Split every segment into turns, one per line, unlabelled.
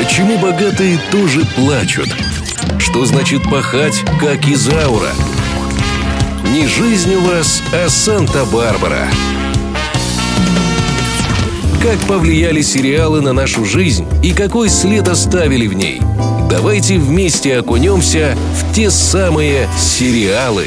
Почему богатые тоже плачут? Что значит пахать, как Изаура? Не жизнь у вас, а Санта-Барбара. Как повлияли сериалы на нашу жизнь и какой след оставили в ней? Давайте вместе окунемся в те самые сериалы.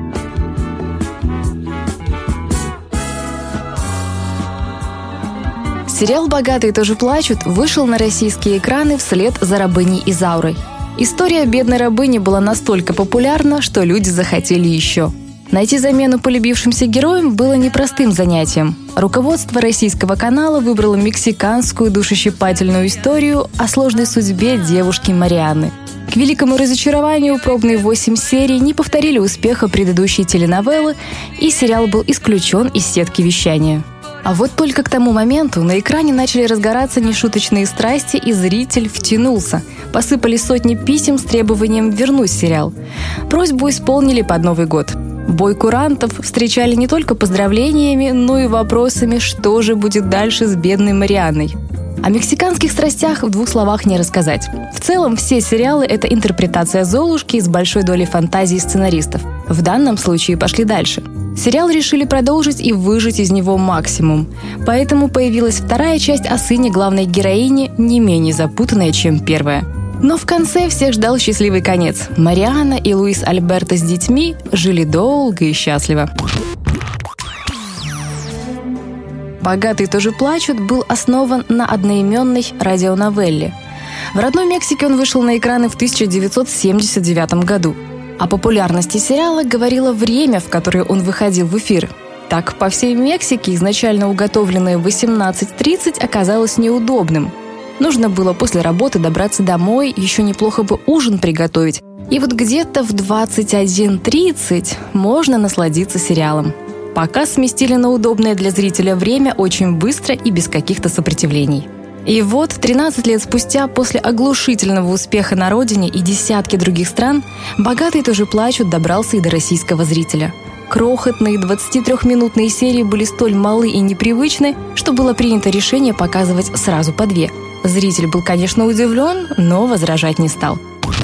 Сериал «Богатые тоже плачут» вышел на российские экраны вслед за «Рабыней Изаурой». История бедной рабыни была настолько популярна, что люди захотели еще. Найти замену полюбившимся героям было непростым занятием. Руководство российского канала выбрало мексиканскую душещипательную историю о сложной судьбе девушки Марианны. К великому разочарованию пробные 8 серий не повторили успеха предыдущей теленовеллы, и сериал был исключен из сетки вещания. А вот только к тому моменту на экране начали разгораться нешуточные страсти, и зритель втянулся. Посыпались сотни писем с требованием вернуть сериал. Просьбу исполнили под Новый год. Бой курантов встречали не только поздравлениями, но и вопросами, что же будет дальше с бедной Марианной. О мексиканских страстях в 2 словах не рассказать. В целом, все сериалы – это интерпретация Золушки с большой долей фантазии сценаристов. В данном случае пошли дальше. Сериал решили продолжить и выжать из него максимум. Поэтому появилась 2-я часть о сыне главной героини, не менее запутанная, чем первая. Но в конце всех ждал счастливый конец. Марианна и Луис Альберто с детьми жили долго и счастливо. «Богатые тоже плачут» был основан на одноименной радионовелле. В родной Мексике он вышел на экраны в 1979 году. О популярности сериала говорило время, в которое он выходил в эфир. Так, по всей Мексике изначально уготовленное 18:30 оказалось неудобным. Нужно было после работы добраться домой, еще неплохо бы ужин приготовить. И вот где-то в 21:30 можно насладиться сериалом. Показ сместили на удобное для зрителя время очень быстро и без каких-то сопротивлений. И вот 13 лет спустя, после оглушительного успеха на родине и десятки других стран, «Богатые тоже плачут» добрался и до российского зрителя. Крохотные 23-минутные серии были столь малы и непривычны, что было принято решение показывать сразу по 2. Зритель был, конечно, удивлен, но возражать не стал.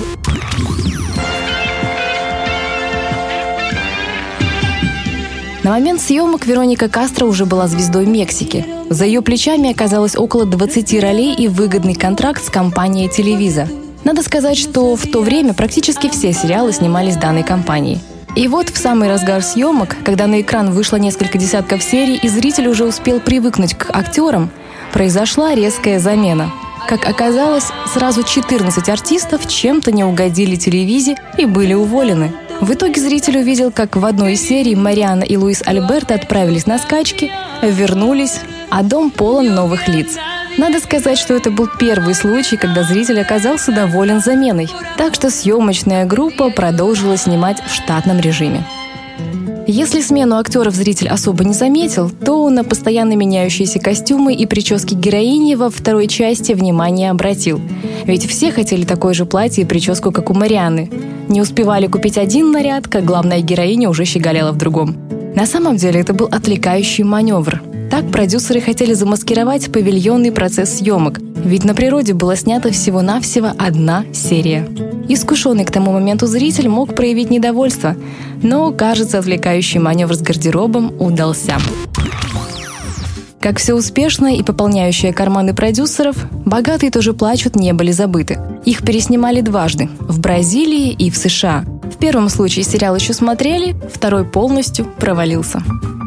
На момент съемок Вероника Кастро уже была звездой Мексики. За ее плечами оказалось около 20 ролей и выгодный контракт с компанией Televisa. Надо сказать, что в то время практически все сериалы снимались данной компанией. И вот в самый разгар съемок, когда на экран вышло несколько десятков серий и зритель уже успел привыкнуть к актерам, произошла резкая замена. Как оказалось, сразу 14 артистов чем-то не угодили Телевизе и были уволены. В итоге зритель увидел, как в одной из серий Марианна и Луис Альберто отправились на скачки, вернулись, а дом полон новых лиц. Надо сказать, что это был первый случай, когда зритель оказался доволен заменой. Так что съемочная группа продолжила снимать в штатном режиме. Если смену актеров зритель особо не заметил, то на постоянно меняющиеся костюмы и прически героини во 2-й части внимание обратил. Ведь все хотели такое же платье и прическу, как у Марианны. Не успевали купить один наряд, как главная героиня уже щеголяла в другом. На самом деле это был отвлекающий маневр. Так продюсеры хотели замаскировать павильонный процесс съемок, ведь на природе была снята всего-навсего 1 серия. Искушенный к тому моменту зритель мог проявить недовольство, но, кажется, отвлекающий маневр с гардеробом удался. Как все успешное и пополняющее карманы продюсеров, «Богатые тоже плачут» не были забыты. Их переснимали дважды – в Бразилии и в США. В первом случае сериал еще смотрели, второй полностью провалился.